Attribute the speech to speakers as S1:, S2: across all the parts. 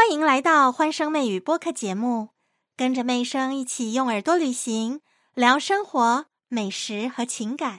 S1: 欢迎来到欢声妹语播客节目，跟着妹声一起用耳朵旅行，聊生活、美食和情感。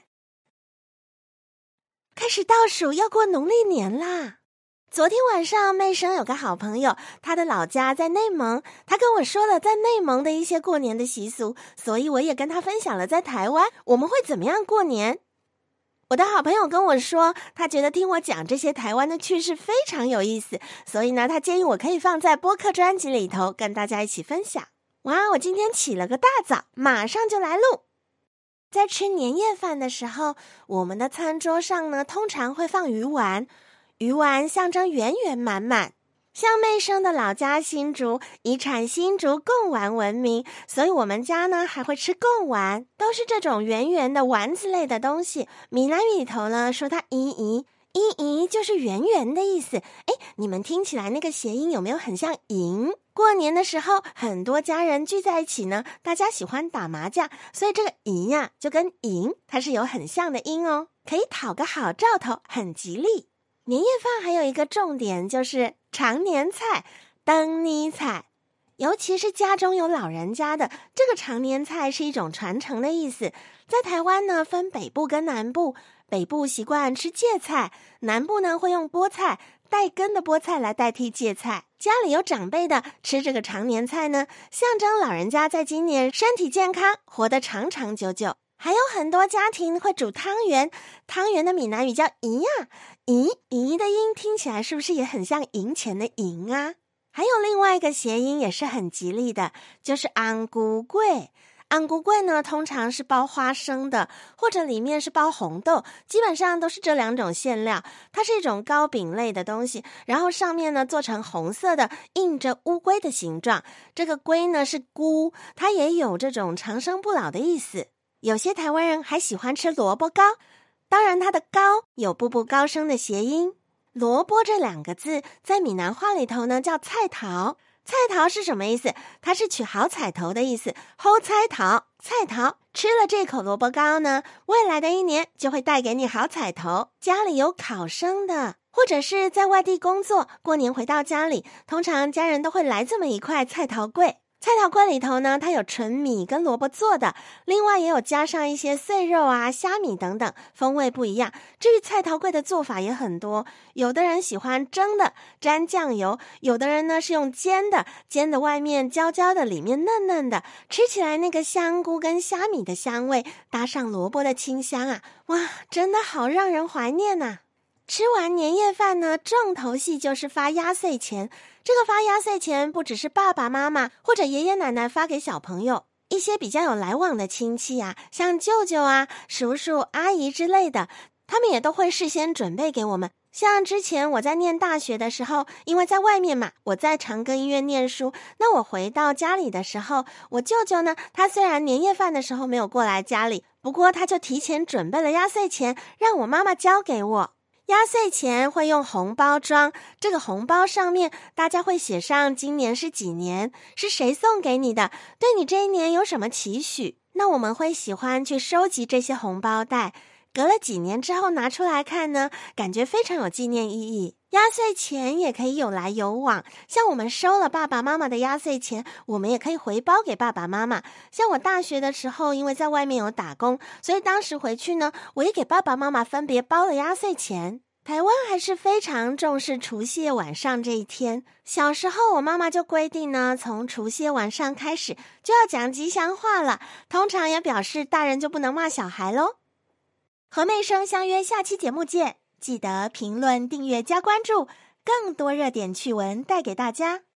S1: 开始倒数要过农历年啦！昨天晚上妹声有个好朋友，他的老家在内蒙，他跟我说了在内蒙的一些过年的习俗，所以我也跟他分享了在台湾我们会怎么样过年。我的好朋友跟我说，他觉得听我讲这些台湾的趣事非常有意思，所以呢，他建议我可以放在播客专辑里头跟大家一起分享。哇，我今天起了个大早，马上就来录。在吃年夜饭的时候，我们的餐桌上呢，通常会放鱼丸，鱼丸象征圆圆满满。像妹生的老家新竹，以产新竹贡丸闻名，所以我们家呢还会吃贡丸，都是这种圆圆的丸子类的东西。闽南语里头呢说它姨姨，姨姨就是圆圆的意思。你们听起来那个谐音有没有很像赢？过年的时候，很多家人聚在一起呢，大家喜欢打麻将，所以这个赢呀就跟赢它是有很像的音哦，可以讨个好兆头，很吉利。年夜饭还有一个重点就是长年菜、灯泥菜，尤其是家中有老人家的，这个长年菜是一种传承的意思。在台湾呢，分北部跟南部，北部习惯吃芥菜，南部呢会用菠菜，带根的菠菜来代替芥菜。家里有长辈的吃这个长年菜呢，象征老人家在今年身体健康，活得长长久久。还有很多家庭会煮汤圆，汤圆的闽南语叫姨呀，姨的音听起来是不是也很像赢钱的赢啊？还有另外一个谐音也是很吉利的，就是安菇粿。安菇粿呢，通常是包花生的，或者里面是包红豆，基本上都是这两种馅料。它是一种糕饼类的东西，然后上面呢做成红色的，印着乌龟的形状。这个龟呢是菇，它也有这种长生不老的意思。有些台湾人还喜欢吃萝卜糕，当然它的高有步步高升的谐音。萝卜这两个字在闽南话里头呢叫菜头，菜头是什么意思？它是取好彩头的意思，好彩头，菜头。吃了这口萝卜糕呢，未来的一年就会带给你好彩头。家里有考生的，或者是在外地工作，过年回到家里，通常家人都会来这么一块菜头粿。菜头粿里头呢，它有纯米跟萝卜做的，另外也有加上一些碎肉啊、虾米等等，风味不一样。至于菜头粿的做法也很多，有的人喜欢蒸的，沾酱油；有的人呢是用煎的，煎的外面焦焦的，里面嫩嫩的，吃起来那个香菇跟虾米的香味，搭上萝卜的清香啊，哇，真的好让人怀念啊。吃完年夜饭呢，重头戏就是发压岁钱。这个发压岁钱不只是爸爸妈妈或者爷爷奶奶发给小朋友，一些比较有来往的亲戚啊，像舅舅啊、叔叔、阿姨之类的，他们也都会事先准备给我们。像之前我在念大学的时候，因为在外面嘛，我在长庚医院念书，那我回到家里的时候，我舅舅呢，他虽然年夜饭的时候没有过来家里，不过他就提前准备了压岁钱，让我妈妈交给我。压岁钱会用红包装，这个红包上面大家会写上今年是几年，是谁送给你的，对你这一年有什么期许。那我们会喜欢去收集这些红包袋，隔了几年之后拿出来看呢，感觉非常有纪念意义。压岁钱也可以有来有往，像我们收了爸爸妈妈的压岁钱，我们也可以回包给爸爸妈妈。像我大学的时候，因为在外面有打工，所以当时回去呢，我也给爸爸妈妈分别包了压岁钱。台湾还是非常重视除夕夜晚上这一天。小时候我妈妈就规定呢，从除夕夜晚上开始就要讲吉祥话了，通常也表示大人就不能骂小孩咯。和妹生相约下期节目见，记得评论、订阅、加关注，更多热点趣闻带给大家。